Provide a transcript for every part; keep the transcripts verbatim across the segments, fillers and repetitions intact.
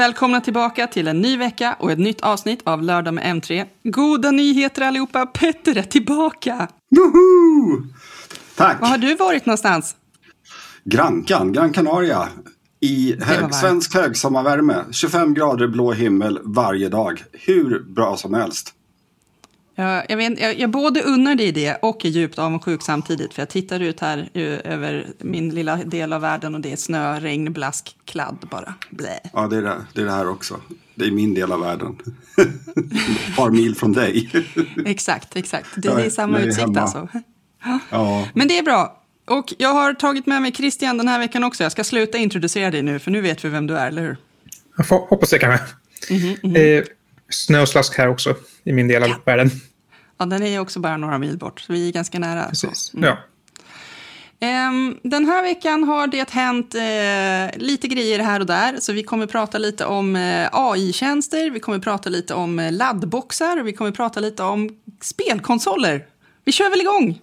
välkomna tillbaka till en ny vecka och ett nytt avsnitt av Lördag med M tre. Goda nyheter allihopa, Petter är tillbaka! Woho! Tack! Var har du varit någonstans? Grankan, Gran Canaria. I hög, svensk högsommarvärme. tjugofem grader blå himmel varje dag. Hur bra som helst. Jag, jag, vet, jag, jag både unnar dig det och är djupt avundsjuk samtidigt. För jag tittar ut här ju, över min lilla del av världen och det är snö, regn, blask, kladd bara. Blä. Ja, det är det, det är det här också. Det är min del av världen. Ett par mil från dig. Exakt, exakt. Det, det är samma är utsikt hemma. alltså. Ja. Men det är bra. Och jag har tagit med mig Christian den här veckan också. Jag ska sluta introducera dig nu, för nu vet vi vem du är, eller hur? Jag får, hoppas det kan med. Mm-hmm, mm-hmm. Eh, snöslask här också, i min del av ja. världen. Ja, den är ju också bara några mil bort, så vi är ganska nära. Precis, mm. ja. Um, den här veckan har det hänt uh, lite grejer här och där. Så vi kommer prata lite om uh, A I-tjänster, vi kommer prata lite om uh, laddboxar och vi kommer prata lite om spelkonsoler. Vi kör väl igång!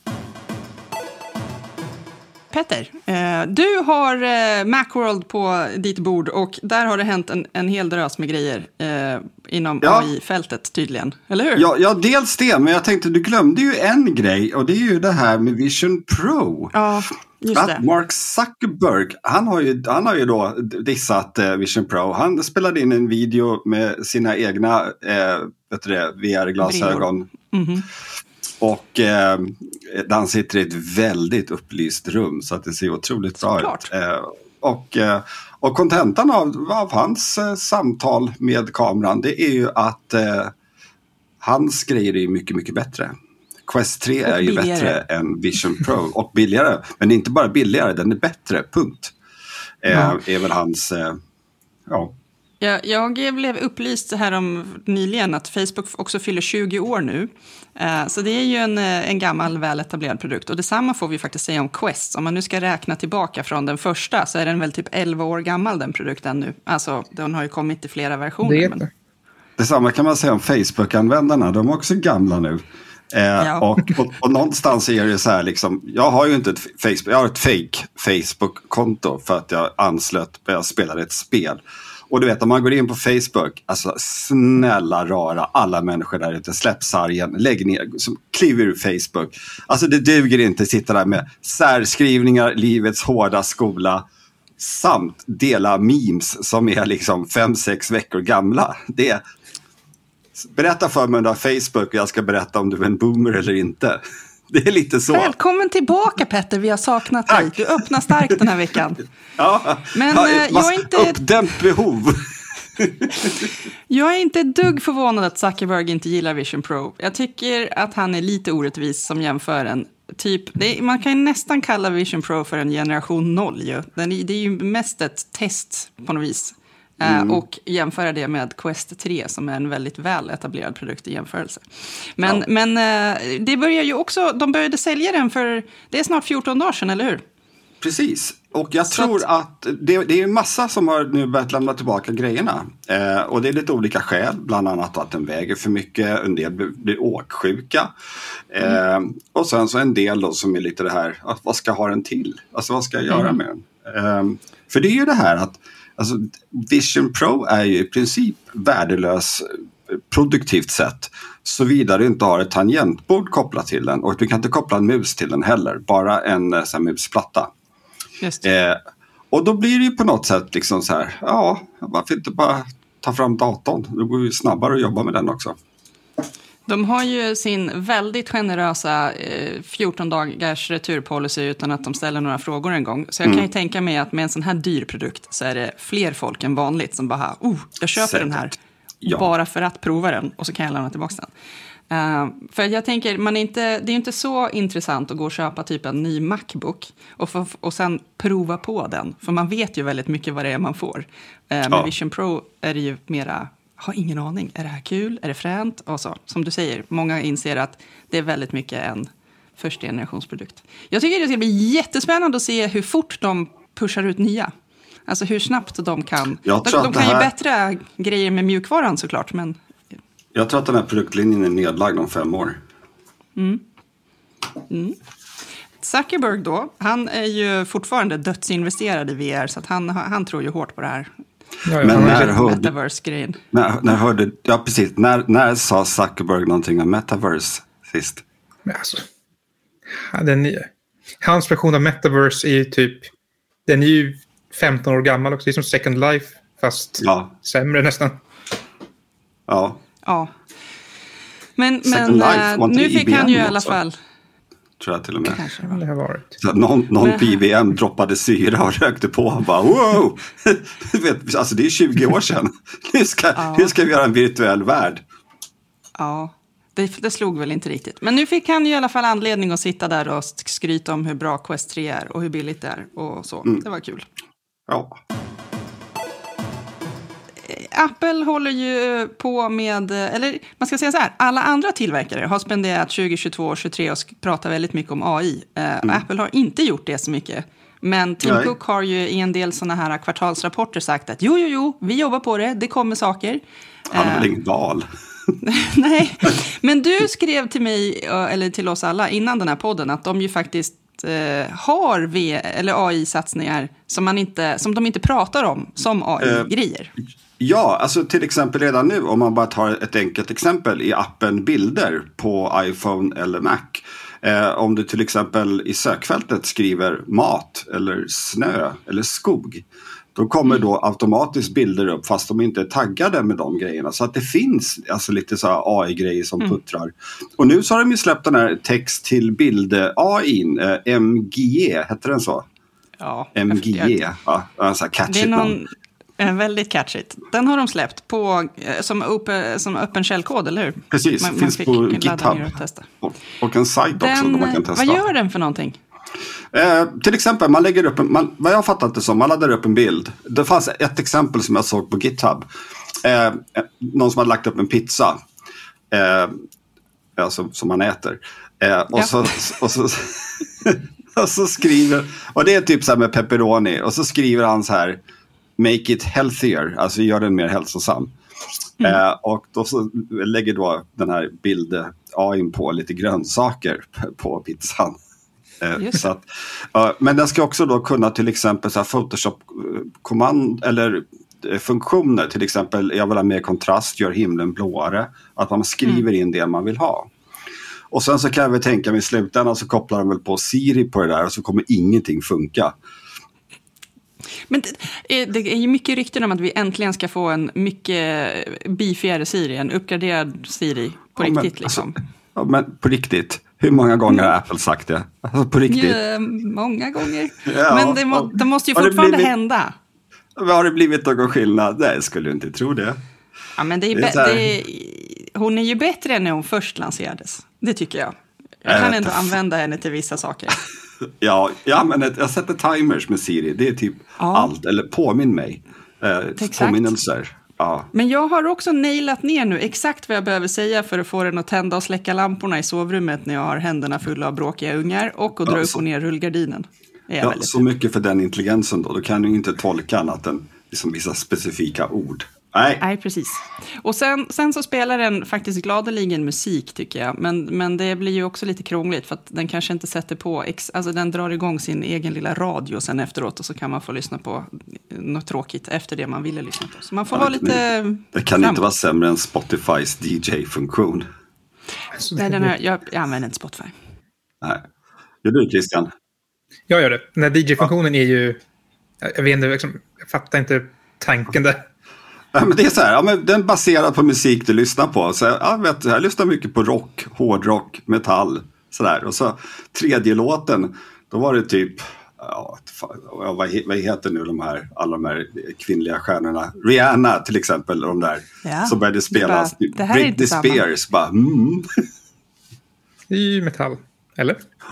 Petter, eh, du har eh, Macworld på ditt bord och där har det hänt en, en hel drös med grejer eh, inom Ja. A I-fältet tydligen, eller hur? Ja, ja, dels det, men jag tänkte du glömde ju en grej och det är ju det här med Vision Pro. Ja, just Att det. Mark Zuckerberg, han har ju, han har ju då dissat eh, Vision Pro. Han spelade in en video med sina egna eh, vet du det, V R-glasögon. Mm-hmm. Och eh, han sitter i ett väldigt upplyst rum så att det ser otroligt bra ut. Eh, och, eh, och kontentan av, av hans eh, samtal med kameran, det är ju att eh, hans grejer är mycket, mycket bättre. Quest tre och är ju billigare. Bättre än Vision Pro och billigare. Men det är inte bara billigare, den är bättre, punkt. Eh, ja. Är väl hans, eh, ja... Jag, jag blev upplyst här om nyligen att Facebook också fyller tjugo år nu. Uh, så det är ju en, en gammal väletablerad produkt. Och detsamma får vi faktiskt säga om Quest. Om man nu ska räkna tillbaka från den första så är den väl typ elva år gammal den produkten nu. Alltså den har ju kommit i flera versioner. Det men... Detsamma kan man säga om Facebook-användarna. De är också gamla nu. Eh, ja. och, och, och någonstans är det så här liksom, jag har ju inte ett Facebook, jag har ett fake Facebook-konto för att jag anslöt, jag spelade ett spel. Och du vet, om man går in på Facebook, alltså snälla rara, alla människor där ute, släpp sargen, lägg ner, som kliver ur Facebook. Alltså det duger inte att sitta där med särskrivningar, livets hårda skola, samt dela memes som är liksom fem, sex veckor gamla. Det är, berätta för mig om du har Facebook och jag ska berätta om du är en boomer eller inte. Det är lite så. Välkommen tillbaka Petter, vi har saknat Tack. dig. Du öppnar starkt den här veckan. Ja, men ja, eh, jag är inte... Uppdämt behov. Jag är inte ett dugg förvånad att Zuckerberg inte gillar Vision Pro. Jag tycker att han är lite orättvis som jämför en. Typ, det är, man kan ju nästan kalla Vision Pro för en generation noll. Ju. Den är, det är ju mest ett test på något vis. Mm. Uh, och jämföra det med Quest tre som är en väldigt väl etablerad produkt i jämförelse. Men, ja. men uh, det börjar ju också, de började sälja den för, det är snart fjorton dagar sedan, eller hur? Precis, och jag Så tror att, att det, det är en massa som har nu börjat lämna tillbaka grejerna. Eh, och det är lite olika skäl, bland annat att den väger för mycket, en del blir, blir åksjuka. Eh, mm. Och sen så en del då som är lite det här, att vad ska jag ha den till? Alltså vad ska jag göra mm. med den? Eh, för det är ju det här att alltså, Vision Pro är ju i princip värdelös produktivt sett, såvida du inte har ett tangentbord kopplat till den, och du kan inte koppla en mus till den heller, bara en så här, musplatta. Just det. Eh, och då blir det ju på något sätt liksom så här, ja, varför inte bara ta fram datorn? Det går ju snabbare att jobba med den också. De har ju sin väldigt generösa eh, fjorton dagars returpolicy utan att de ställer några frågor en gång. Så jag mm. kan ju tänka mig att med en sån här dyr produkt så är det fler folk än vanligt som bara, oh, jag köper Säkert. den här ja. bara för att prova den och så kan jag lämna tillbaka den. Uh, för jag tänker, man är inte, det är inte så intressant att gå och köpa typ en ny MacBook och, få, och sen prova på den. För man vet ju väldigt mycket vad det är man får. Uh, med ja. Vision Pro är det ju mera, har ingen aning, är det här kul, är det fränt? Och så, som du säger, många inser att det är väldigt mycket en första generationsprodukt. Jag tycker det ska bli jättespännande att se hur fort de pushar ut nya. Alltså hur snabbt de kan. De, de kan här... ju bättra grejer med mjukvaran såklart, men... Jag tror att den här produktlinjen är nedlagd om fem år. Mm. Mm. Zuckerberg då, han är ju fortfarande dödsinvesterad i V R så att han, han tror ju hårt på det här. Ja, Men när hörde... Metaverse-grejen. När, när hörde... Ja, precis. När, när sa Zuckerberg någonting om Metaverse sist? Men alltså... Den nya. Hans version av Metaverse är ju typ... Den är ju femton år gammal också. Det är som Second Life, fast ja. sämre nästan. Ja. Ja. Men, men äh, nu fick han ju i alla fall... Tror jag till och med. Kanske det har varit. Så någon någon men... P B M droppade syra och rökte på och bara wow! vet, alltså det är tjugo år sedan. Nu ska, ja. nu ska vi göra en virtuell värld. Ja, det, det slog väl inte riktigt. Men nu fick han ju i alla fall anledning att sitta där och skryta om hur bra Quest tre är och hur billigt det är och så. Mm. Det var kul. Ja. Apple håller ju på med, eller man ska säga så här, alla andra tillverkare har spenderat tjugo tjugotvå och tjugotre och pratar väldigt mycket om A I. Mm. Apple har inte gjort det så mycket. Men Tim Nej. Cook har ju i en del sådana här kvartalsrapporter sagt att jo, jo, jo, vi jobbar på det, det kommer saker. Han har väl ingen val. Nej, men du skrev till mig, eller till oss alla innan den här podden, att de ju faktiskt eh, har v- eller A I-satsningar som, man inte, som de inte pratar om som A I-grejer. Uh, ja, alltså till exempel redan nu, om man bara tar ett enkelt exempel i appen Bilder på iPhone eller Mac. Eh, om du till exempel i sökfältet skriver mat eller snö eller skog, då kommer mm. då automatiskt bilder upp fast de inte är taggade med de grejerna. Så att det finns alltså lite så här A I-grejer som mm. puttrar. Och nu så har de ju släppt den här text till bild-A I, eh, M G E, heter den så? Ja. M G E, ja, så här catchigt det är någon... Väldigt catchigt. Den har de släppt på, som, open, som öppen källkod, eller hur? Precis, man, finns man på GitHub. Och, och en sajt också där man kan testa. Vad gör den för någonting? Eh, till exempel, man lägger upp en, man, vad jag har fattat det som, man laddar upp en bild. Det fanns ett exempel som jag såg på GitHub. Eh, någon som hade lagt upp en pizza. Eh, alltså, som man äter. Eh, och, ja. så, och, så, och så skriver, och det är typ så här med pepperoni. Och så skriver han så här: make it healthier, alltså gör den mer hälsosam. Mm. Eh, och då så lägger då den här bild-A I på lite grönsaker på pizzan. Eh, så att, uh, men den ska också då kunna till exempel så här Photoshop-kommand eller eh, funktioner. Till exempel, jag vill ha mer kontrast, gör himlen blåare. Att man skriver mm. in det man vill ha. Och sen så kan jag väl tänka mig i slutändan så kopplar de väl på Siri på det där och så kommer ingenting funka. Men det, det är ju mycket rykten om att vi äntligen ska få en mycket beefigare Siri, en uppgraderad Siri på ja, riktigt. Men, liksom. Alltså, ja, men på riktigt. Hur många gånger har Apple sagt det? Alltså, på riktigt. Ja, många gånger. Ja, men det, må, det måste ju fortfarande blivit, hända. Har det blivit någon skillnad? Nej, skulle inte tro det. Ja, men det är, det är be- det är, hon är ju bättre än när hon först lanserades. Det tycker jag. Jag, jag kan ändå inte. använda henne till vissa saker. Ja, jag, använder, jag sätter timers med Siri. Det är typ ja. allt. Eller påminn mig. Eh, påminnelser. Ja. Men jag har också nailat ner nu exakt vad jag behöver säga för att få den att tända och släcka lamporna i sovrummet när jag har händerna fulla av bråkiga ungar och att dra ja, upp och ner rullgardinen. Ja, så mycket för den intelligensen då. Då kan du inte tolka annat än liksom vissa specifika ord. Nej. Nej, precis. Och sen, sen så spelar den faktiskt gladeligen musik tycker jag. Men, men det blir ju också lite krångligt för att den kanske inte sätter på... Ex, alltså den drar igång sin egen lilla radio sen efteråt och så kan man få lyssna på något tråkigt efter det man ville lyssna på. Så man får ja, vara lite... Det, det kan framåt. Inte vara sämre än Spotifys D J-funktion. Nej, den här, jag, jag använder inte Spotify. Nej. Gör du, Christian? Jag gör det. Den här D J-funktionen ja. är ju... Jag vet inte, liksom, jag fattar inte tanken där. Ja, men det är så här, ja, men den är baserad på musik du lyssnar på. Så jag, vet, jag lyssnar mycket på rock, hårdrock, metall. Sådär. Och så tredje låten, då var det typ, ja, vad, vad heter nu de här, alla de här kvinnliga stjärnorna? Rihanna till exempel, de där. Ja, så började spelas. Det, bara, det här Britney Spears, bara mm. Det är ju metall, eller?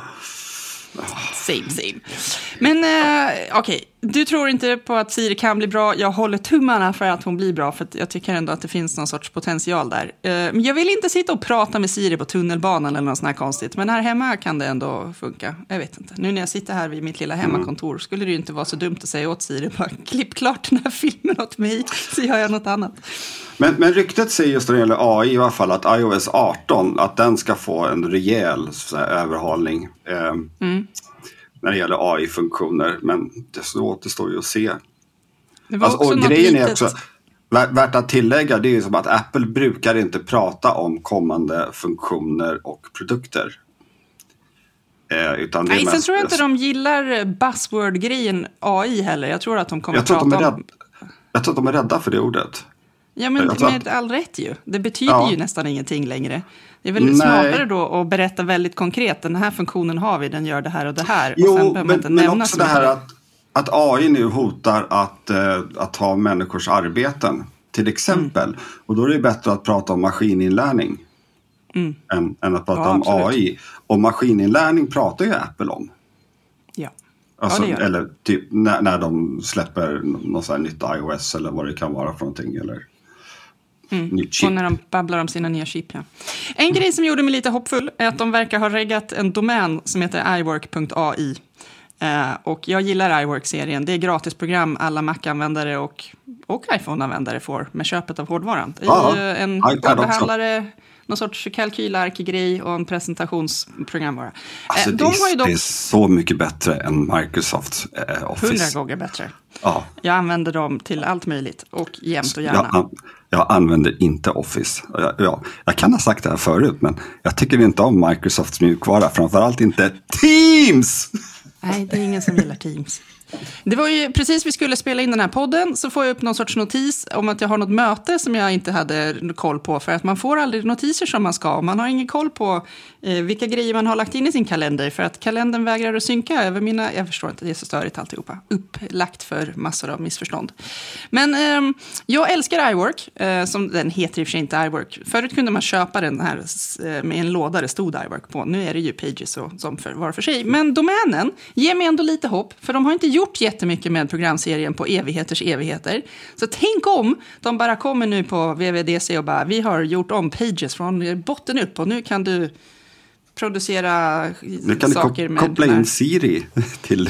Same, same. Men eh, okej, okay. Du tror inte på att Siri kan bli bra. Jag håller tummarna för att hon blir bra för att jag tycker ändå att det finns någon sorts potential där. Eh, men jag vill inte sitta och prata med Siri på tunnelbanan eller något sånt här konstigt. Men här hemma kan det ändå funka. Jag vet inte. Nu när jag sitter här vid mitt lilla hemmakontor skulle det ju inte vara så dumt att säga åt Siri bara klipp klart den här filmen åt mig så gör jag något annat. Men, men ryktet säger just när det gäller A I i alla fall att iOS arton, att den ska få en rejäl så här, överhalning eh, mm. när det gäller A I-funktioner. Men det återstår ju att se. Det var alltså, också och något grejen litet... är också, värt att tillägga, det är ju som att Apple brukar inte prata om kommande funktioner och produkter. Eh, utan det Nej, är sen mest... tror jag inte de gillar buzzword-grejen A I heller. Jag tror att de kommer jag att tror prata att de är om... rädd... Jag tror att de är rädda för det ordet. Ja, men tror med att... all rätt ju. Det betyder ja. ju nästan ingenting längre. Det är väl Nej. smartare då att berätta väldigt konkret. Den här funktionen har vi, den gör det här och det här. Jo, och sen behöver man inte men, men nämna också så det här mycket. att, att A I nu hotar att, eh, att ta människors arbeten. Till exempel. Mm. Och då är det bättre att prata om maskininlärning. Mm. Än, än att prata ja, om absolut. A I. Och maskininlärning pratar ju Apple om. Ja. Alltså, ja det gör det. Eller typ när, när de släpper något så här nytt iOS eller vad det kan vara för någonting. Eller mm. nytt chip. Och när de babblar om sina nya chip. Ja. En grej som gjorde mig lite hoppfull är att de verkar ha reggat en domän som heter iWork punkt A I. Uh, och jag gillar iWork-serien. Det är gratisprogram alla Mac-användare och, och iPhone-användare får med köpet av hårdvaran. Ja, I uh, en hårdbehandlare, någon sorts kalkylark-grej och en presentationsprogramvara. Alltså, uh, de det, är, har ju dock... det är så mycket bättre än Microsofts uh, Office. Hundra gånger bättre. Ja. Jag använder dem till allt möjligt och jämt och gärna. Jag, jag använder inte Office. Jag, jag, jag kan ha sagt det här förut, men jag tycker inte om Microsofts mjukvara. Framförallt inte Teams! Nej, det är ingen som gillar Teams. Det var ju precis vi skulle spela in den här podden så får jag upp någon sorts notis om att jag har något möte som jag inte hade koll på. För att man får aldrig notiser som man ska. Man har ingen koll på eh, vilka grejer man har lagt in i sin kalender. För att kalendern vägrar att synka över mina... Jag förstår inte, det är så störigt alltihopa. Upplagt för massor av missförstånd. Men eh, jag älskar iWork. Eh, som den heter i och för sig inte iWork. Förut kunde man köpa den här eh, med en låda det stod iWork på. Nu är det ju Pages och som för, var för sig. Men domänen ger mig ändå lite hopp. För de har inte gjort jättemycket med programserien på evigheters evigheter. Så tänk om de bara kommer nu på W W D C och bara vi har gjort om Pages från botten upp och nu kan du producera nu kan saker du ko- med... koppla in Siri till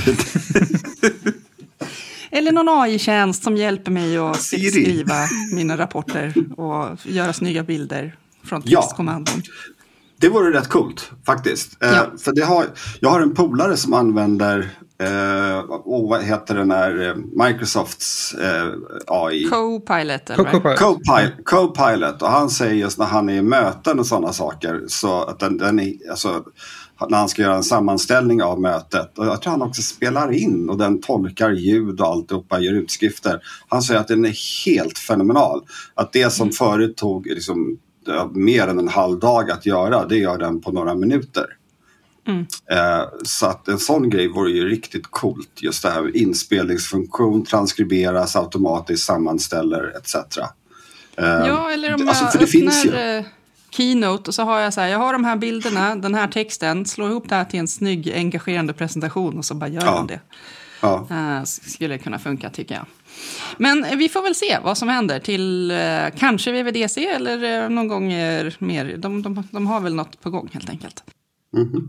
eller någon A I-tjänst som hjälper mig att Siri. skriva mina rapporter och göra snygga bilder från textkommandon. Ja. Det vore rätt coolt faktiskt. Ja. Eh, för det har, jag har en polare som använder eh, oh, vad heter den här Microsofts eh, A I? Copilot. Eller? Copilot. Copilot. Copilot. Och han säger just när han är i möten och sådana saker så att den, den är, alltså, när han ska göra en sammanställning av mötet. Och jag tror han också spelar in och den tolkar ljud och alltihopa, gör utskrifter. Han säger att den är helt fenomenal. Att det som förut tog liksom mer än en halv dag att göra, det gör den på några minuter. Mm. Eh, så att en sån grej vore ju riktigt coolt. Just det här inspelningsfunktion, transkriberas automatiskt, sammanställer et cetera. Eh, ja, eller om alltså, jag för det öppnar finns ju. Keynote och så har jag så här, jag har de här bilderna, den här texten, slå ihop det här till en snygg, engagerande presentation och så bara gör ja. man det. Ja. Eh, skulle kunna funka tycker jag. Men vi får väl se vad som händer till eh, kanske W W D C eller eh, någon gång mer. De, de, de har väl något på gång helt enkelt. Mm-hmm.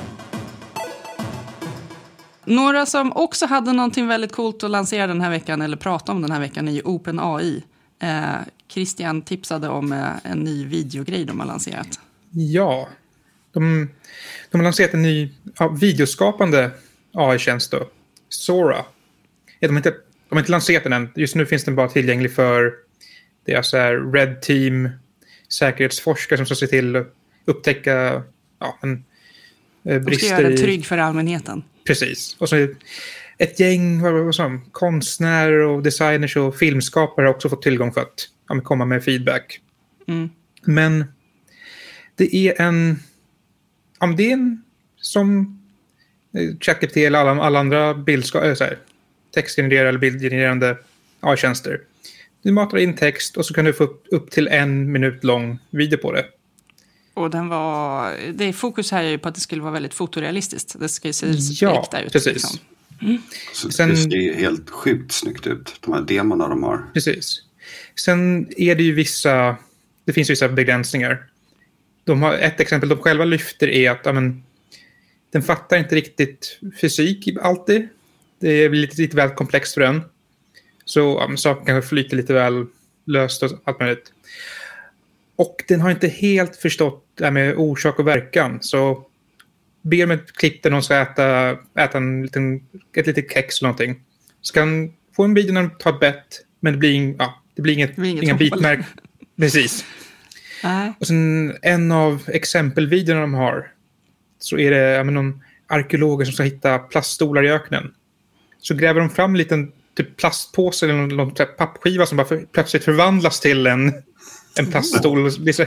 Några som också hade någonting väldigt coolt att lansera den här veckan eller prata om den här veckan är ju OpenAI. Eh, Christian tipsade om eh, en ny videogrej de har lanserat. Ja, de, de har lanserat en ny ja, videoskapande A I-tjänst då. Sora. Ja, de har inte De har inte lanserat den än. Just nu finns den bara tillgänglig för det är så här Red Team säkerhetsforskare som ska se till att upptäcka ja, en, eh, brister i... Och ska göra det trygg för allmänheten. Precis. Och så ett gäng vad, vad som, konstnärer och designers och filmskapare har också fått tillgång för att ja, komma med feedback. Mm. Men det är en... Ja, det är en som ChatGPT eller alla, alla andra bildskapare... Så här, textgenererade eller bildgenererande A I-tjänster. Du matar in text och så kan du få upp, upp till en minut lång video på det. Och den var... Det är fokus här är ju på att det skulle vara väldigt fotorealistiskt. Det ska ju se ja, äkta ut. Precis. Liksom. Mm. Så Sen, det ser ju helt sjukt snyggt ut. De här demorna de har. Precis. Sen är det ju vissa... Det finns vissa begränsningar. De har, ett exempel de själva lyfter är att ja, men, den fattar inte riktigt fysik alltid. Det är lite, lite väl komplext för den. Så ja, saker kanske flyter lite väl löst och allt möjligt. Och den har inte helt förstått det här med orsak och verkan. Så ber om ett klipp där någon ska äta, äta en liten, ett litet kex eller någonting. Så kan får en video när de tar ett bett, men det blir, in, ja, det blir inget, det blir inget inga bitmärk. Precis. Nej. Och sen en av exempelvideorna de har, så är det ja, men någon arkeologer som ska hitta plaststolar i öknen. Så gräver de fram en liten typ plastpåse eller någon, någon pappskiva som bara för, plötsligt förvandlas till en, en plaststol. Det är, så,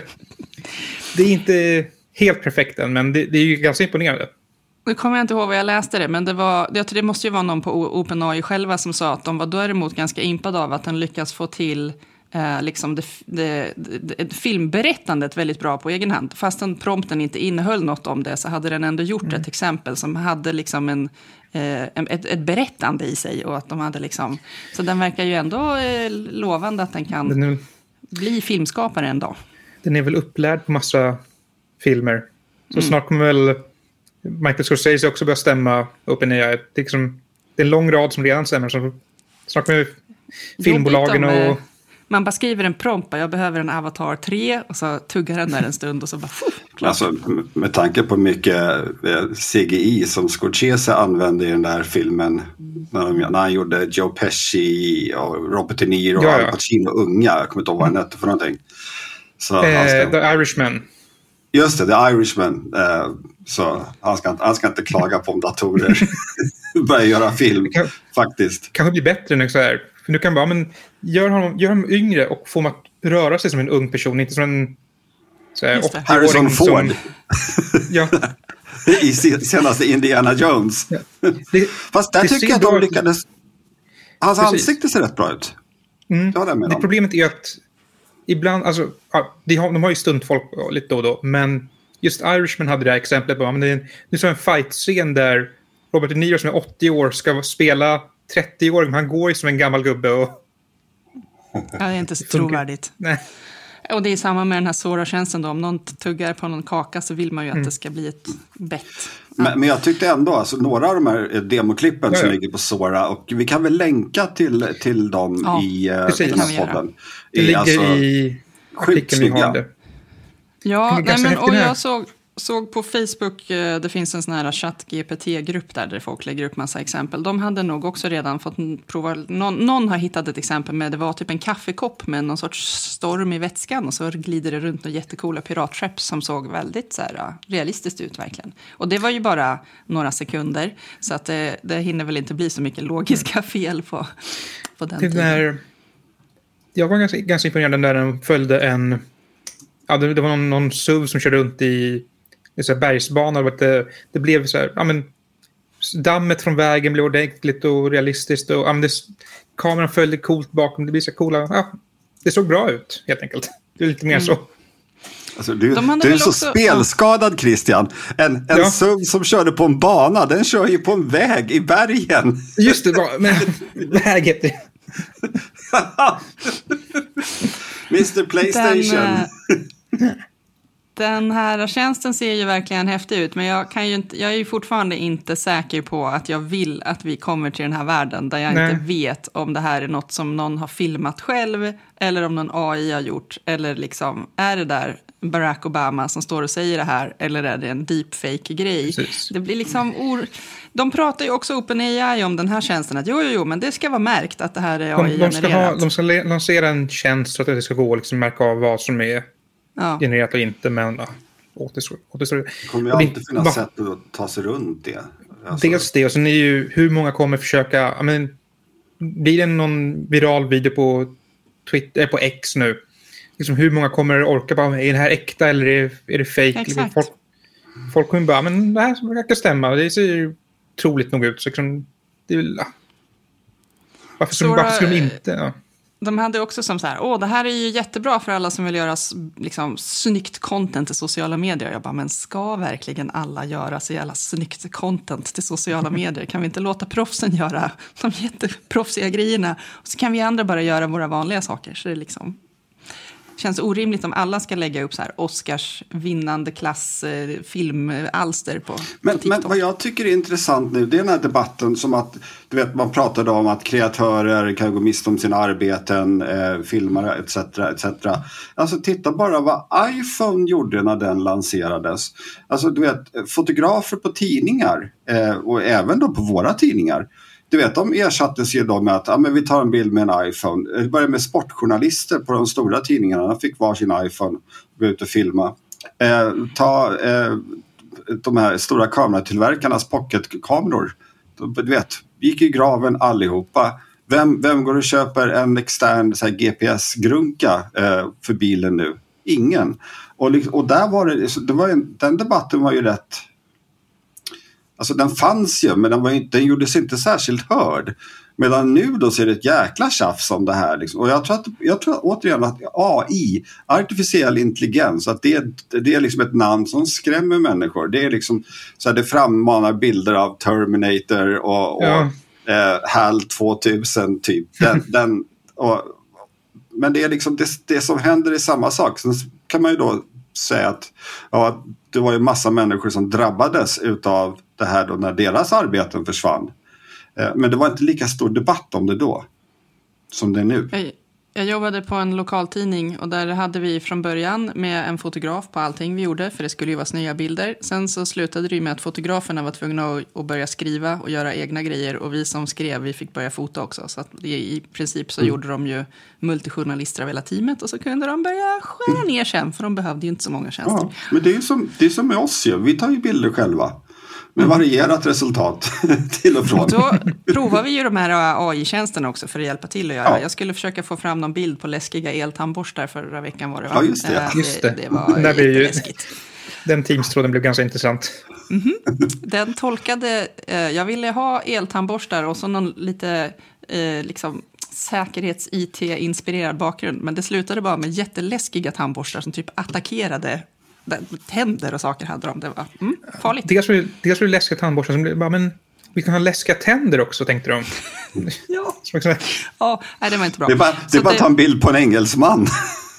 det är inte helt perfekt än, men det, det är ju ganska imponerande. Nu kommer jag inte ihåg vad jag läste det, men det, var, jag tror det måste ju vara någon på OpenAI själva som sa att de var däremot ganska impade av att den lyckas få till eh, liksom det, det, det, filmberättandet väldigt bra på egen hand. Fastän prompten inte innehöll något om det så hade den ändå gjort mm. ett exempel som hade liksom en, eh, ett, ett berättande i sig. Och att de hade liksom, så den verkar ju ändå eh, lovande att den kan den är, bli filmskapare en dag. Den är väl upplärd på massa filmer. Så mm. snart kommer väl Michael Scorsese också börja stämma OpenAI. Det är, liksom, det är en lång rad som redan stämmer. Så snart kommer filmbolagen och... Eh, man bara skriver en prompt. Jag behöver en Avatar tre. Och så tuggar den där en stund. Och så bara... Klart. Alltså, med tanke på mycket C G I som Scorsese använde i den där filmen. Mm. När, när han gjorde Joe Pesci och Robert De Niro och ja, ja. Al Pacino unga. Jag kommer inte ihåg vad han hette för någonting. Så eh, ska... The Irishman. Just det, The Irishman. Uh, så han ska, han ska inte klaga på om datorer börjar göra film, kan, faktiskt. Kanske blir bättre nu så här. För nu kan bara, men gör honom, gör honom yngre och få honom att röra sig som en ung person, inte som en så här, Harrison Ford. Som, ja. I senaste Indiana Jones. Ja. Det, Fast där tycker jag att de lyckades... Hans Precis. ansikte ser rätt bra ut. Mm. Det, det problemet är att ibland, alltså, ja, de, har, de har ju stuntfolk lite då och då, men just Irishman hade det här exemplet på, men det är en, det är så en fight-scen där Robert De Niro som är åttio år ska spela trettio år, men han går ju som en gammal gubbe och... Ja, det är inte så trovärdigt. Nej. Och det är samma med den här Sora-tjänsten då. Om någon tuggar på någon kaka så vill man ju att mm. det ska bli ett bett. Ja. Men, men jag tyckte ändå, alltså, några av de här demoklippen ja, ja. som ligger på Sora, och vi kan väl länka till, till dem ja, i uh, den här podden. Det ligger alltså, i artikeln vi har det. Ja, nej, men, och jag såg, såg på Facebook, det finns en sån här Chat-G P T-grupp där, där folk lägger upp massa exempel. De hade nog också redan fått prova, någon, någon har hittat ett exempel med, det var typ en kaffekopp med någon sorts storm i vätskan och så glider det runt några jättecoola piratskepp som såg väldigt så här, realistiskt ut verkligen. Och det var ju bara några sekunder, så att det, det hinner väl inte bli så mycket logiska fel på, på den det tiden. Där, jag var ganska, ganska imponerad när den följde en... Ja, det, det var någon, någon S U V som körde runt i, i så här bergsbanor. Och det, det blev så här, ja men dammet från vägen blev ordentligt och realistiskt. Och, ja, men det, kameran följde coolt bakom. Det blir så coola, ja, det såg bra ut helt enkelt. Det är lite mer mm. så. Alltså, du, du är så också... spelskadad, Christian. En, en ja. S U V som körde på en bana, den kör ju på en väg i bergen. Just det, men väg heter det. mister PlayStation. Den, den här tjänsten ser ju verkligen häftig ut, men jag, kan ju inte, jag är ju fortfarande inte säker på att jag vill att vi kommer till den här världen där jag Nej. inte vet om det här är något som någon har filmat själv eller om någon A I har gjort, eller liksom, är det där Barack Obama som står och säger det här, eller är det en deepfake-grej? Precis. Det blir liksom... Or- De pratar ju också OpenAI om den här tjänsten. Att jo, jo, jo, men det ska vara märkt att det här är A I-genererat. De, de, ska, de ska lansera en tjänst så att det ska gå och liksom märka av vad som är ja. genererat och inte. Men ja, återstår. återstår. Det kommer ju alltid finnas sätt att ta sig runt det. Alltså. Dels det, och sen är ju hur många kommer försöka... I mean, blir det någon viral video på, Twitter, på X nu? Liksom, hur många kommer orka bara, är det här äkta eller är det, är det fake? Liksom, folk, folk kommer bara, men det här verkar stämma. Det ser ju troligt nog ut. Så liksom, det är, ja. varför, så, varför skulle de inte? Ja. De hade också som så här, åh, det här är ju jättebra för alla som vill göra liksom, snyggt content till sociala medier. Jag bara, men ska verkligen alla göra så jävla snyggt content till sociala medier? Kan vi inte låta proffsen göra de jätteproffsiga grejerna? Och så kan vi andra bara göra våra vanliga saker. Så det är liksom... känns orimligt om alla ska lägga upp så här Oscars vinnande klass eh, filmalster på, men, på TikTok. Men vad jag tycker är intressant nu, det är den här debatten som att, du vet, man pratade om att kreatörer kan gå miste om sina arbeten, eh, filmare et cetera et cetera. Alltså titta bara vad iPhone gjorde när den lanserades. Alltså du vet, fotografer på tidningar eh, och även då på våra tidningar du vet, de ersattes ju då med att ja, men vi tar en bild med en iPhone. Det började med sportjournalister på de stora tidningarna. De fick varsin iPhone och gå ut och filma. Eh, ta eh, de här stora kameratillverkarnas pocketkameror. Du vet, gick i graven allihopa. Vem, vem går och köper en extern så här, G P S-grunka eh, för bilen nu? Ingen. Och, och där var det, det var en, den debatten var ju rätt... Alltså den fanns ju, men den, var inte, den gjordes inte särskilt hörd. Medan nu då så är det ett jäkla tjafs om det här. Liksom. Och jag tror, att, jag tror återigen att A I, artificiell intelligens, att det, det är liksom ett namn som skrämmer människor. Det är liksom så här, det frammanar bilder av Terminator och, och ja. eh, HAL tvåtusen typ. Den, den, och, men det är liksom det, det som händer är samma sak. Sen kan man ju då säga att ja, det var ju massa människor som drabbades utav det här då när deras arbeten försvann. Men det var inte lika stor debatt om det då som det är nu. Jag, jag jobbade på en lokaltidning och där hade vi från början med en fotograf på allting vi gjorde, för det skulle ju vara snygga bilder. Sen så slutade det ju med att fotograferna var tvungna att, att börja skriva och göra egna grejer, och vi som skrev, vi fick börja fota också. Så att det, i princip så mm. gjorde de ju multijournalister av hela teamet, och så kunde de börja skära ner sen, för de behövde ju inte så många tjänster. Ja, men det är ju som, det är som med oss ju. Vi tar ju bilder själva. Med varierat resultat till och från. Och då provar vi ju de här A I-tjänsterna också för att hjälpa till att göra. Ja. Jag skulle försöka få fram någon bild på läskiga eltandborstar förra veckan var det, va? Ja, just det. Äh, just det. det, det var Där blev ju, läskigt. den Teams-tråden blev ganska intressant. Mm-hmm. Den tolkade, eh, jag ville ha eltandborstar och så någon lite eh, liksom säkerhets-I T-inspirerad bakgrund. Men det slutade bara med jätteläskiga tandborstar som typ attackerade. Tänder och saker hade de. Det var mm, farligt. Dels var det, det läskiga tandborstar som blev bara, men vi kan ha läskiga tänder också, tänkte de. Ja. Ja, nej, det var inte bra. Det är bara, det är bara att ta en bild på en engelsman.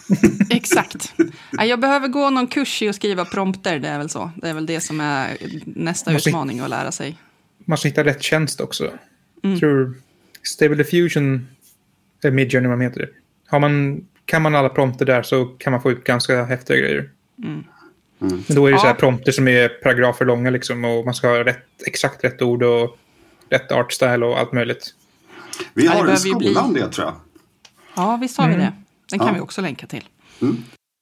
Exakt. Jag behöver gå någon kurs i att skriva prompter, det är väl så. Det är väl det som är nästa måste, utmaning att lära sig. Man måste hitta rätt tjänst också. Mm. Jag tror Stable Diffusion är Midjourney, vad heter det. Har man, kan man alla prompter där så kan man få ut ganska häftiga grejer. Mm. Mm. Men då är det ja. så här prompter som är paragrafer långa liksom, och man ska ha rätt, exakt rätt ord och rätt artstyle och allt möjligt. Vi har ja, en skolan bli... det tror jag. Ja, visst har mm. vi det. Den kan ja. vi också länka till. Mm.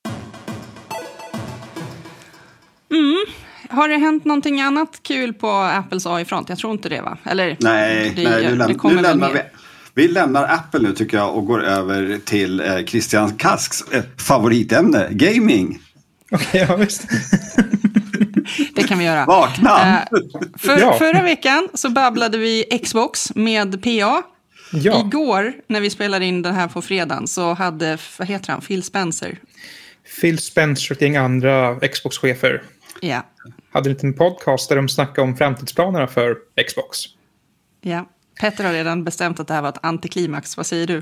Mm. Har det hänt någonting annat kul på Apples A I-front? Jag tror inte det, va? Eller, nej, det, nej nu, läm- det kommer nu lämnar vi. Vi lämnar Apple nu tycker jag och går över till eh, Christian Kasks eh, favoritämne, gaming. Okej, okay, ja visst. Det kan vi göra. Vakna! Uh, för, ja. Förra veckan så babblade vi Xbox med P A. Ja. Igår när vi spelade in den här på fredagen så hade, vad heter han, Phil Spencer. Phil Spencer och ett gäng andra Xbox-chefer. Ja. Hade en liten podcast där de snackade om framtidsplanerna för Xbox. Ja. Petter har redan bestämt att det här var ett antiklimax. Vad säger du?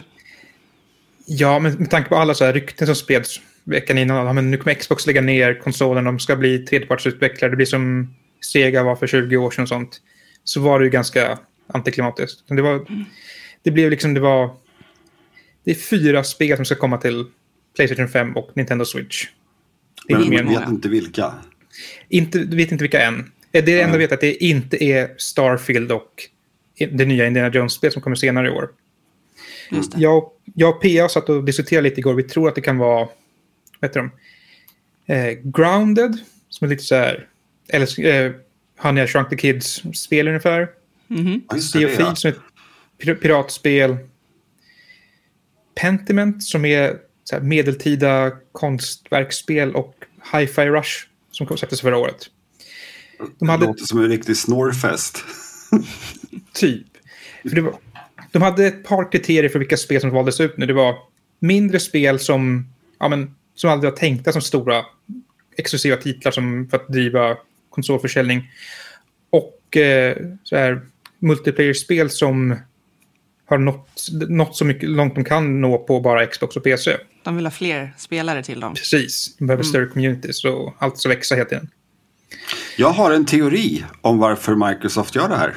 Ja, men med tanke på alla så här rykten som spreds veckan innan. Ja, men nu kommer Xbox lägga ner konsolen. De ska bli tredjepartsutvecklare. Det blir som Sega var för tjugo år sedan och sånt. Så var det ju ganska antiklimatiskt. Det, var, mm. det blev liksom, det var... Det är fyra spel som ska komma till PlayStation fem och Nintendo Switch. Det är men man vet inte vilka. Inte, du vet inte vilka än. Det är det enda jag vet att det inte är Starfield och det nya Indiana Jones-spel som kommer senare i år. Just det. Jag, jag och P A satt och diskuterade lite igår. Vi tror att det kan vara, vad heter de? Eh, Grounded, som är lite så här, eller eh, Honey I Shrunk the Kids-spel ungefär. Mm-hmm. Sea of Thieves som är ett piratspel. Pentiment som är så här, medeltida konstverksspel och Hi-Fi Rush som kom släpptes förra året. De hade... Det låter som en riktig snorfest. Typ. För det var... De hade ett par kriterier för vilka spel som valdes ut nu. Det var mindre spel som, ja, men, som aldrig var tänkta som stora exklusiva titlar som för att driva konsolförsäljning. Och eh, så här, multiplayer-spel som har nått, nått så mycket långt de kan nå på bara Xbox och P C. De vill ha fler spelare till dem. Precis. De behöver mm. större communities och allt så växa hela tiden. Jag har en teori om varför Microsoft gör det här.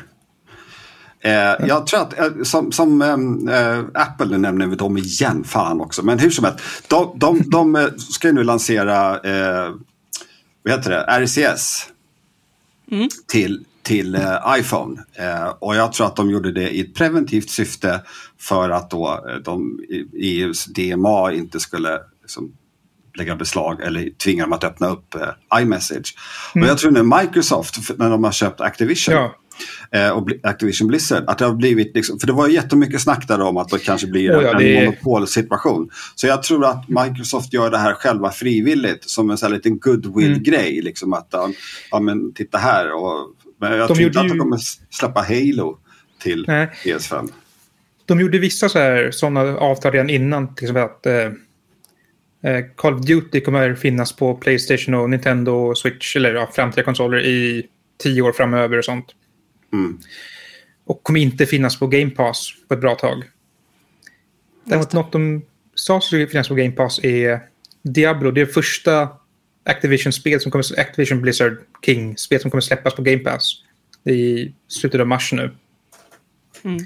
Eh, jag tror att, eh, som, som eh, Apple, nu nämner vi dem igen, fan också. Men hur som helst, de, de, de ska ju nu lansera, eh, vad heter det, R C S mm. till, till eh, iPhone. Eh, och jag tror att de gjorde det i ett preventivt syfte för att då eh, de, E U:s D M A inte skulle liksom, lägga beslag eller tvinga dem att öppna upp eh, iMessage. Mm. Och jag tror nu Microsoft, när de har köpt Activision ja. eh, och Activision Blizzard, att det har blivit liksom, för det var ju jättemycket snack där om att det kanske blir oh, ja, en det... monopolsituation. Så jag tror att Microsoft gör det här själva frivilligt som en sån här liten goodwill-grej. Mm. Liksom att, ja men titta här. Och, men jag de tror inte ju... att de kommer släppa Halo till Nej. P S fem. De gjorde vissa så här, sådana avtal redan innan, till exempel att eh... Call of Duty kommer finnas på PlayStation och Nintendo och Switch eller ja, framtida konsoler i tio år framöver och sånt. Mm. Och kommer inte finnas på Game Pass på ett bra tag. Däremot något de sa skulle finnas på Game Pass är Diablo. Det är första Activision-spel som kommer, Activision Blizzard King-spel som kommer släppas på Game Pass. Det är i slutet av mars nu. Mm.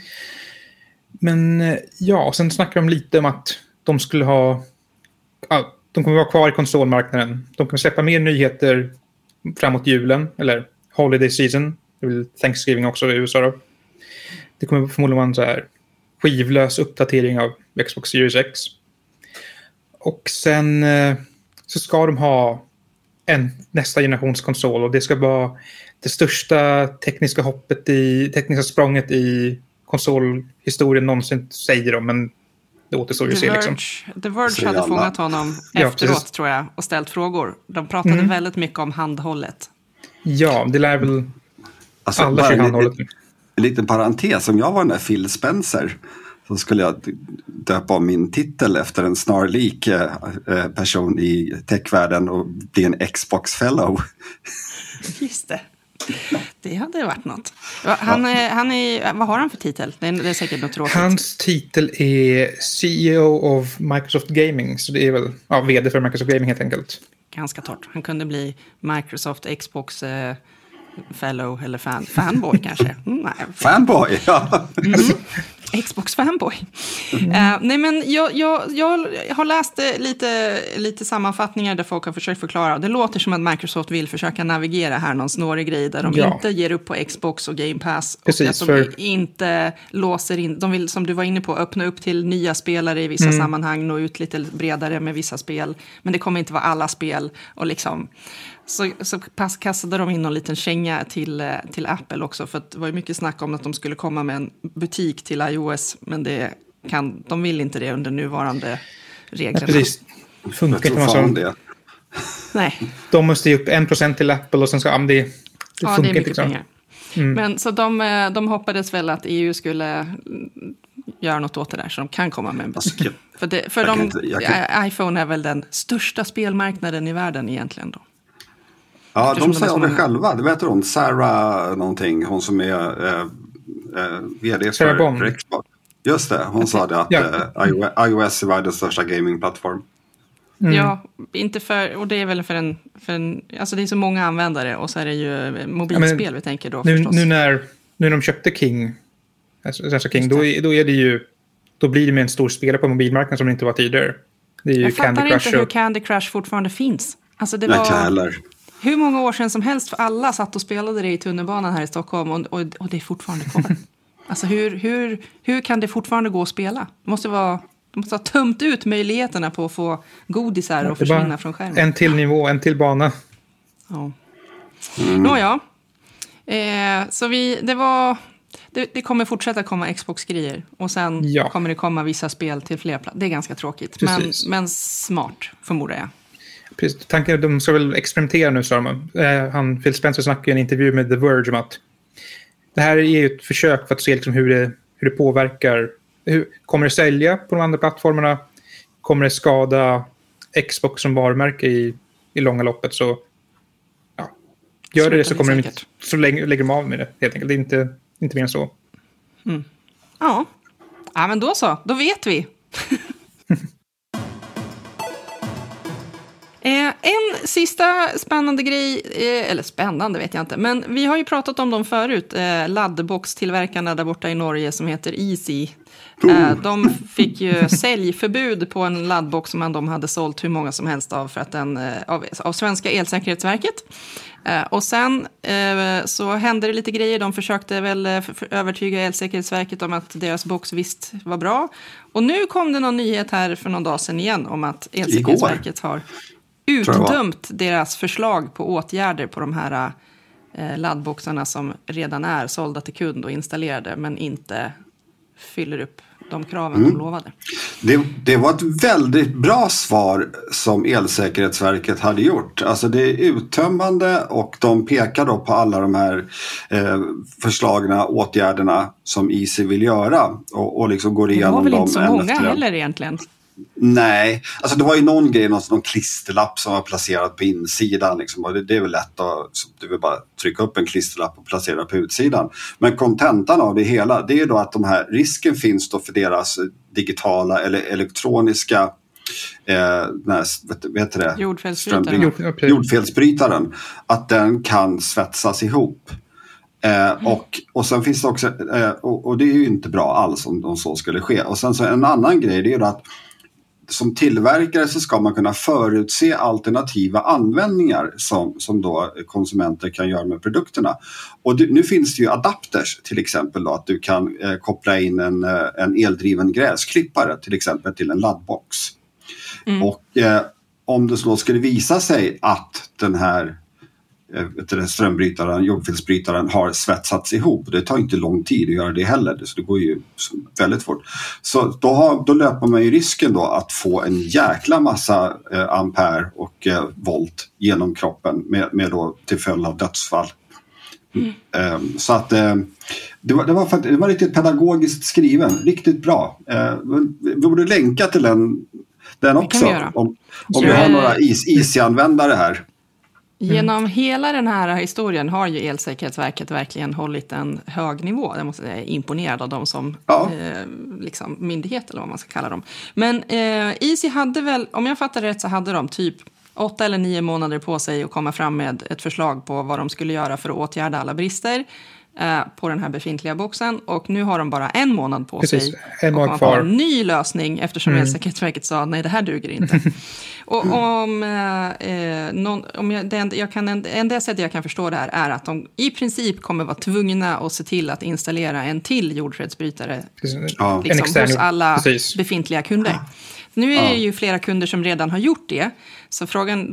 Men ja, och sen snackar de lite om att de skulle ha Ja, de kommer vara kvar i konsolmarknaden. De kommer släppa mer nyheter framåt julen. Eller Holiday Season. Det är väl Thanksgiving också i U S A då. Det kommer förmodligen vara en så här skivlös uppdatering av Xbox Series X. Och sen eh, så ska de ha en nästa generations konsol. Och det ska vara det största tekniska hoppet i tekniska språnget i konsolhistorien någonsin, säger de. Men det återstår ju The se Verge, liksom. The Verge hade fångat honom ja, efteråt precis. tror jag och ställt frågor. De pratade mm. väldigt mycket om handhållet. Ja, det lär väl alltså, alla sig handhållet. En, en liten parentes, om jag var den där Phil Spencer så skulle jag döpa om min titel efter en snarlik eh, person i techvärlden och bli en Xbox fellow. Just det. Det hade varit något. Han är, han är, vad har han för titel? Det är, det är säkert något tråkigt. Hans titel är C E O of Microsoft Gaming. Så det är väl ja, vd för Microsoft Gaming helt enkelt. Ganska torrt. Han kunde bli Microsoft Xbox eh, fellow eller fan, fanboy kanske. Mm, nej. Fanboy, ja. Mm. Xbox fanboy. Mm. Uh, nej men jag, jag, jag har läst lite, lite sammanfattningar där folk har försökt förklara. Det låter som att Microsoft vill försöka navigera här någon snårig grej där de ja. inte ger upp på Xbox och Game Pass. Precis, och att de för... inte låser in. De vill, som du var inne på, öppna upp till nya spelare i vissa mm. sammanhang. Nå ut lite bredare med vissa spel. Men det kommer inte vara alla spel. Och liksom... Så, så pass kastade de in en liten känga till, till Apple också. För att det var ju mycket snack om att de skulle komma med en butik till iOS. Men det kan, de vill inte det under nuvarande reglerna. Ja, precis. Det funkar inte man det. Nej. De måste ge upp en procent till Apple och sen ska ja, det, det ja, funkar det är mycket inte. Pengar. Mm. Men så de, de hoppades väl att E U skulle göra något åt det där. Så de kan komma med en butik. För, det, för de, inte, kan... iPhone är väl den största spelmarknaden i världen egentligen då. Ja, de säger det själva. Det vet hon, Sarah någonting, hon som är äh, äh, vd för, för Xbox. Just det, hon sa det att ja. äh, iOS är världens största gamingplattform. Mm. Ja, inte för, och det är väl för en, för en, alltså det är så många användare och så är det ju mobilspel ja, vi tänker då nu, förstås. Nu när, nu när de köpte King, alltså King då, är, då är det ju, då blir det med en stor spelare på mobilmarknaden som det inte var tidigare. Det är ju Jag Candy fattar Crush inte hur och... Candy Crush fortfarande finns. Alltså det Nej, var hur många år sedan som helst för alla satt och spelade det i tunnelbanan här i Stockholm och, och, och det är fortfarande kvar. Alltså hur, hur, hur kan det fortfarande gå att spela? Det måste vara, de måste ha tömt ut möjligheterna på att få godisar och försvinna från skärmen. En till nivå, en till bana. Ja. Mm. Nåja. Eh, så vi, det var... Det, det kommer fortsätta komma Xbox-grejer. Och sen ja. kommer det komma vissa spel till fler platser. Det är ganska tråkigt. Men, men smart, förmodar jag. Precis. Tanken är att de ska väl experimentera nu, sa de. Eh, han, Phil Spencer snackade i en intervju med The Verge om att det här är ju ett försök för att se liksom hur, det, hur det påverkar. Hur, kommer det sälja på de andra plattformarna? Kommer det skada Xbox som varumärke i, i långa loppet? Så ja, gör det det så kommer de, så lägger, lägger de av med det helt enkelt. Det är inte, inte mer än så. Mm. Ja. Ja, men då så. Då vet vi. Eh, en sista spännande grej, eh, eller spännande vet jag inte, men vi har ju pratat om dem förut, eh, laddbox-tillverkarna där borta i Norge som heter Easy. Eh, de fick ju säljförbud på en laddbox som de hade sålt hur många som helst av, för att den, eh, av, av svenska elsäkerhetsverket. Eh, och sen eh, så hände det lite grejer. De försökte väl eh, övertyga Elsäkerhetsverket om att deras box visst var bra. Och nu kom det någon nyhet här för någon dag sedan igen om att Elsäkerhetsverket har utdömt deras förslag på åtgärder på de här eh, laddboxarna som redan är sålda till kund och installerade men inte fyller upp de kraven mm. de lovade. Det, det var ett väldigt bra svar som Elsäkerhetsverket hade gjort. Alltså det är uttömmande och de pekar då på alla de här eh, förslagna åtgärderna som I C vill göra och, och liksom går igenom dem. Det var väl inte så många heller egentligen? Nej, alltså det var ju någon grej, någon, någon klisterlapp som var placerad på insidan liksom, och det, det är väl lätt att du vill bara trycka upp en klisterlapp och placera på utsidan. Men kontentan av det hela, det är då att de här risken finns då för deras digitala eller elektroniska eh, nej, vet, vet det? Jordfelsbrytaren. Jordfelsbrytaren, att den kan svetsas ihop. Eh, Mm. och, och sen finns det också, eh, och, och det är ju inte bra alls om, om så skulle ske. Och sen så en annan grej, det är ju att som tillverkare så ska man kunna förutse alternativa användningar som, som då konsumenter kan göra med produkterna. Och du, nu finns det ju adapters till exempel då, att du kan eh, koppla in en, eh, en eldriven gräsklippare till exempel till en laddbox. Mm. Och eh, om det så skulle visa sig att den här eh, strömbrytaren, jordfelsbrytaren har svetsats ihop. Det tar inte lång tid att göra det heller, så det går ju väldigt fort. Så då, har, då löper man ju risken då att få en jäkla massa eh, ampere och eh, volt genom kroppen med, med då till följd av dödsfall. Mm. Eh, så att eh, det, var, det, var faktiskt, det var riktigt pedagogiskt skriven, riktigt bra. Eh, vi borde länka till den, den också om, om vi har några I C-användare här. Mm. Genom hela den här historien har ju Elsäkerhetsverket verkligen hållit en hög nivå. Jag måste säga imponerad av dem som ja. eh, liksom myndighet eller vad man ska kalla dem. Men eh, I C hade väl, om jag fattar rätt så hade de typ åtta eller nio månader på sig att komma fram med ett förslag på vad de skulle göra för att åtgärda alla brister eh, på den här befintliga boxen. Och nu har de bara en månad på Precis. sig en att komma kvar. på en ny lösning eftersom mm. Elsäkerhetsverket sa nej, det här duger inte. Och om, eh, någon, om jag, det enda, jag kan, en, enda sättet jag kan förstå det här är att de i princip kommer vara tvungna att se till att installera en till jordfelsbrytare ja. liksom, extern, hos alla precis. befintliga kunder. Ja. Nu är det ju flera kunder som redan har gjort det. Så frågan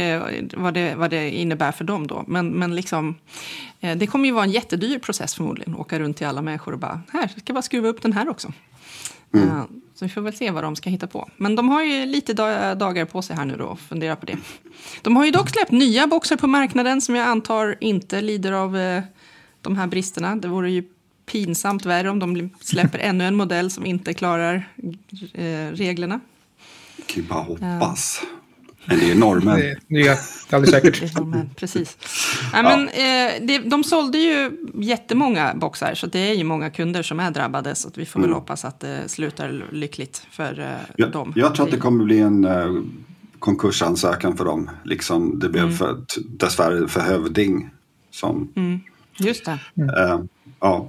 är vad det, vad det innebär för dem då. Men, men liksom, det kommer ju vara en jättedyr process förmodligen. Åka runt till alla människor och bara, här, ska jag bara skruva upp den här också. Mm. Uh, så vi får väl se vad de ska hitta på. Men de har ju lite dag- dagar på sig här nu då och fundera på det. De har ju dock släppt nya boxar på marknaden som jag antar inte lider av uh, de här bristerna. Det vore ju pinsamt värre om de släpper ännu en modell som inte klarar uh, reglerna. Kan ju bara hoppas. Uh. Men det är normen. Det är alldeles säkert. Det är normen, precis. Ja, men, eh, det, de sålde ju jättemånga boxar, så det är ju många kunder som är drabbade. Så att vi får mm. väl hoppas att det slutar lyckligt för eh, jag, dem. Jag tror att det kommer bli en eh, konkursansökan för dem. Liksom det blev mm. för, dessvärre för Hövding. Som, mm. Just det. Eh, ja.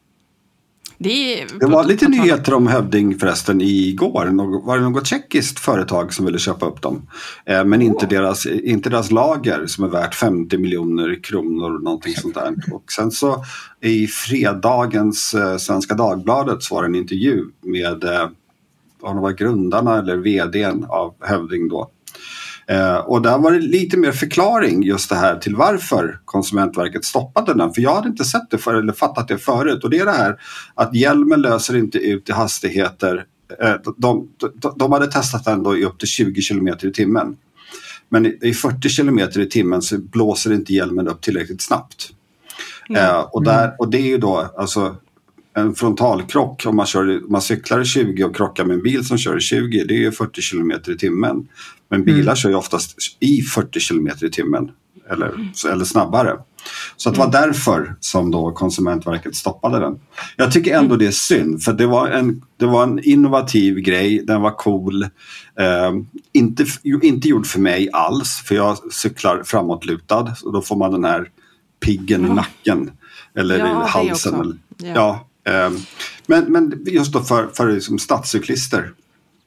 Det, det var lite nyheter om Hövding förresten igår. Var det något tjeckiskt företag som ville köpa upp dem? Eh, men oh. inte, deras, inte deras lager som är värt femtio miljoner kronor. Någonting sånt där. Och sen så i fredagens eh, Svenska Dagbladet så var det en intervju med eh, vad var grundarna eller vdn av Hövding då. Eh, och där var det lite mer förklaring just det här till varför Konsumentverket stoppade den. För jag hade inte sett det för, eller fattat det förut. Och det är det här att hjälmen löser inte ut i hastigheter. Eh, de, de, de hade testat den då i upp till tjugo kilometer i timmen. Men i, i fyrtio kilometer i timmen så blåser inte hjälmen upp tillräckligt snabbt. Mm. Eh, och, där, och det är ju då alltså en frontalkrock om man, kör, man cyklar i tjugo och krockar med en bil som kör i tjugo, det är ju fyrtio kilometer i timmen. Men bilar mm. kör ju oftast i fyrtio kilometer i timmen eller, mm. eller snabbare. Så det var därför som då Konsumentverket stoppade den. Jag tycker ändå det är synd, för det var en, det var en innovativ grej, den var cool. Eh, inte, inte gjord för mig alls, för jag cyklar framåtlutad och då får man den här piggen i nacken eller ja, i halsen. Eller, ja. ja. Men, men just då för, för liksom stadscyklister.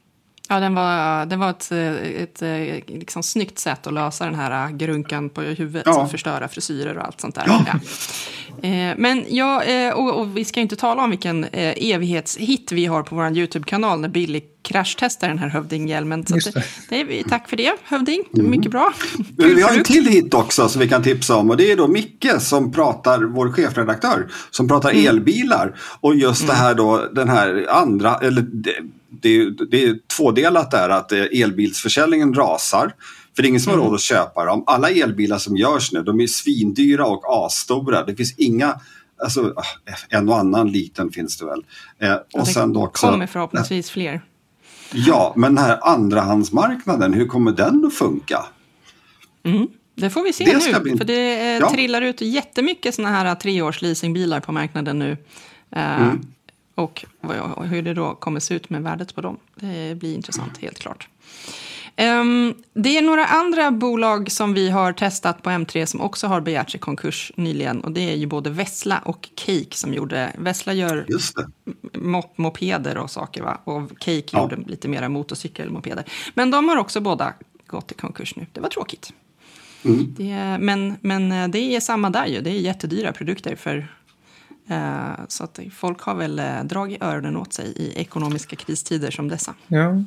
Ja, den var, det var ett, ett, ett liksom snyggt sätt att lösa den här grunkan på huvudet ja. som förstöra frisyrer och allt sånt där. Ja. Ja. Eh, men ja, eh, och, och vi ska inte tala om vilken eh, evighetshit vi har på vår YouTube-kanal när Billy crashtestar den här hövdinghjälmen. Så det. Det, det är, tack för det, Hövding. Det är mycket bra. Mm. Vi har en till hit också som vi kan tipsa om och det är då Micke som pratar, vår chefredaktör, som pratar mm. elbilar och just mm. det här då, den här andra, eller det, det, det är tvådelat där att elbilsförsäljningen rasar. För det är ingen som har råd att köpa dem. Alla elbilar som görs nu, de är svindyra och asstora. Det finns inga, alltså en och annan liten finns det väl. Eh, och det sen då också, kommer förhoppningsvis äh, fler. Ja, men den här andrahandsmarknaden, hur kommer den att funka? Mm, det får vi se det nu. Bli... För det eh, ja. trillar ut jättemycket såna här treårs leasingbilar på marknaden nu. Eh, mm. Och hur det då kommer se ut med värdet på dem. Det blir intressant, helt klart. Um, det är några andra bolag som vi har testat på M tre som också har begärt sig konkurs nyligen. Och det är ju både Vessla och Cake som gjorde... Vessla gör mop- mopeder och saker, va? Och Cake ja. gjorde lite mera motorcykelmopeder. Men de har också båda gått i konkurs nu. Det var tråkigt. Mm. Det, men, men det är samma där ju. Det är jättedyra produkter för... Uh, så att folk har väl uh, dragit öronen åt sig i ekonomiska kristider som dessa. Ja.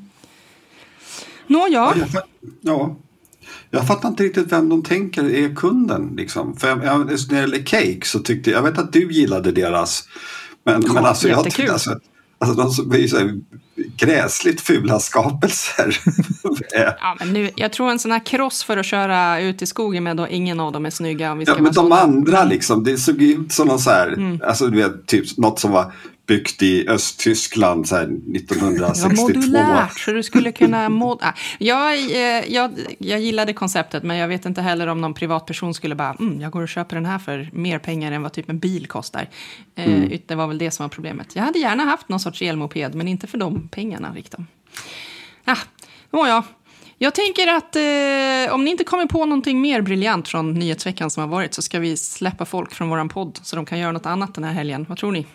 Nå, ja. Ja, ja. Jag fattar inte riktigt vem de tänker är kunden. Liksom. För jag, jag, när det gäller Cake så tyckte jag, jag vet att du gillade deras. Men, ja, men alltså jag tyckte alltså, alltså de som är så här gräsligt fula skapelser. Ja, men nu, jag tror en sån här cross för att köra ut i skogen med och ingen av dem är snygga. Om vi ska ja, men de sådana. andra liksom, det såg ut som någon så här, mm. alltså du vet, typ något som var byggt i Östtyskland så här nittonhundrasextiotvå. Ja, modulärt, så du skulle kunna... Mod- ah, jag, jag, jag gillade konceptet, men jag vet inte heller om någon privatperson skulle bara, mm, jag går och köper den här för mer pengar än vad typ en bil kostar. Mm. Eh, det var väl det som var problemet. Jag hade gärna haft någon sorts elmoped, men inte för de pengarna riktigt. Ah, oh ja. Jag tänker att eh, om ni inte kommer på någonting mer briljant från nyhetsveckan som har varit så ska vi släppa folk från våran podd så de kan göra något annat den här helgen. Vad tror ni?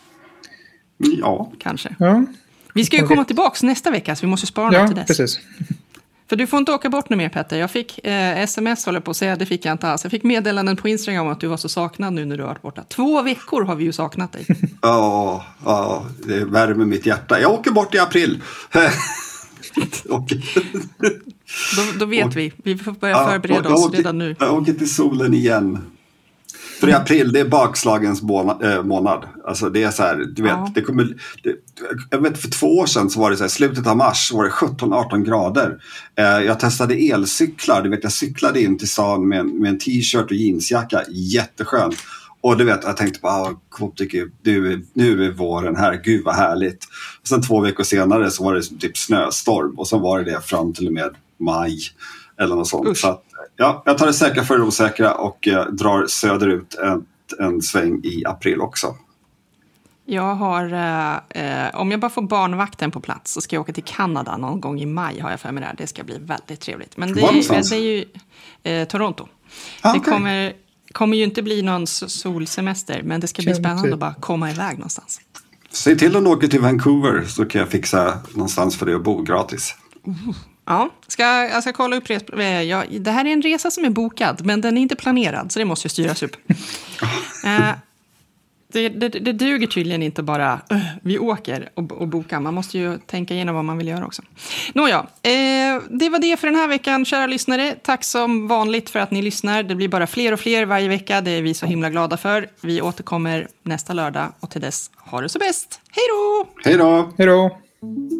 Ja. Kanske. Ja. Vi ska ju komma tillbaka nästa vecka så vi måste spara ja, något till dess. Precis. För du får inte åka bort nu mer, Petter. Jag fick eh, sms, håller på att säga, det fick jag inte alls. Jag fick meddelanden på Instagram om att du var så saknad nu när du har varit borta. Två veckor har vi ju saknat dig. Ja, ja, det värmer mitt hjärta. Jag åker bort i april. då, då vet vi. Vi får börja ja, förbereda oss åker, redan nu. Jag åker till solen igen. För i april, det är bakslagens månad. Alltså det är så här, du vet, ja. det kommer... Det, jag vet, för två år sedan så var det så här, slutet av mars var det sjutton arton grader. Eh, jag testade elcyklar, du vet, jag cyklade in till stan med, med en t-shirt och jeansjacka, jätteskönt. Och du vet, jag tänkte bara, ah, Gud, nu, nu är våren här, gud vad härligt. Och sen två veckor senare så var det typ snöstorm och så var det det fram till och med maj eller något sånt. Usch. Så att, ja, jag tar det säkra för det osäkra och eh, drar söderut en, en sväng i april också. Jag har, eh, om jag bara får barnvakten på plats så ska jag åka till Kanada någon gång i maj har jag för mig där. Det ska bli väldigt trevligt. Men det, är, det är ju eh, Toronto. Ah, det okay. kommer, kommer ju inte bli någon solsemester men det ska bli spännande att bara komma iväg någonstans. Säg till om du åker till Vancouver så kan jag fixa någonstans för dig att bo gratis. Uh. Ja, ska, jag ska kolla upp res, ja, det här är en resa som är bokad men den är inte planerad så det måste ju styras upp. uh, det, det, det duger tydligen inte bara uh, vi åker och, och bokar. Man måste ju tänka igenom vad man vill göra också. Nåja, uh, det var det för den här veckan, kära lyssnare. Tack som vanligt för att ni lyssnar. Det blir bara fler och fler varje vecka. Det är vi så himla glada för. Vi återkommer nästa lördag och till dess, ha det så bäst. Hej då! Hej då! Hej då!